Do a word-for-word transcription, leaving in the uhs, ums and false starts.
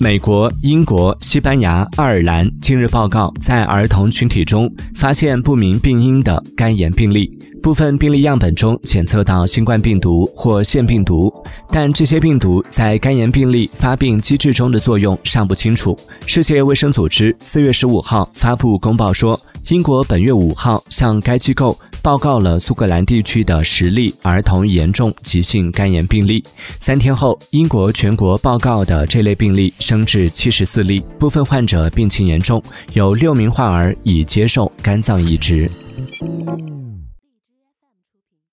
美国、英国、西班牙、爱尔兰近日报告在儿童群体中发现不明病因的肝炎病例，部分病例样本中检测到新冠病毒或腺病毒，但这些病毒在肝炎病例发病机制中的作用尚不清楚。世界卫生组织四月十五号发布公报说，英国本月五号向该机构报告了苏格兰地区的十例儿童严重急性肝炎病例。三天后，英国全国报告的这类病例升至七十四例，部分患者病情严重，有六名患儿已接受肝脏移植。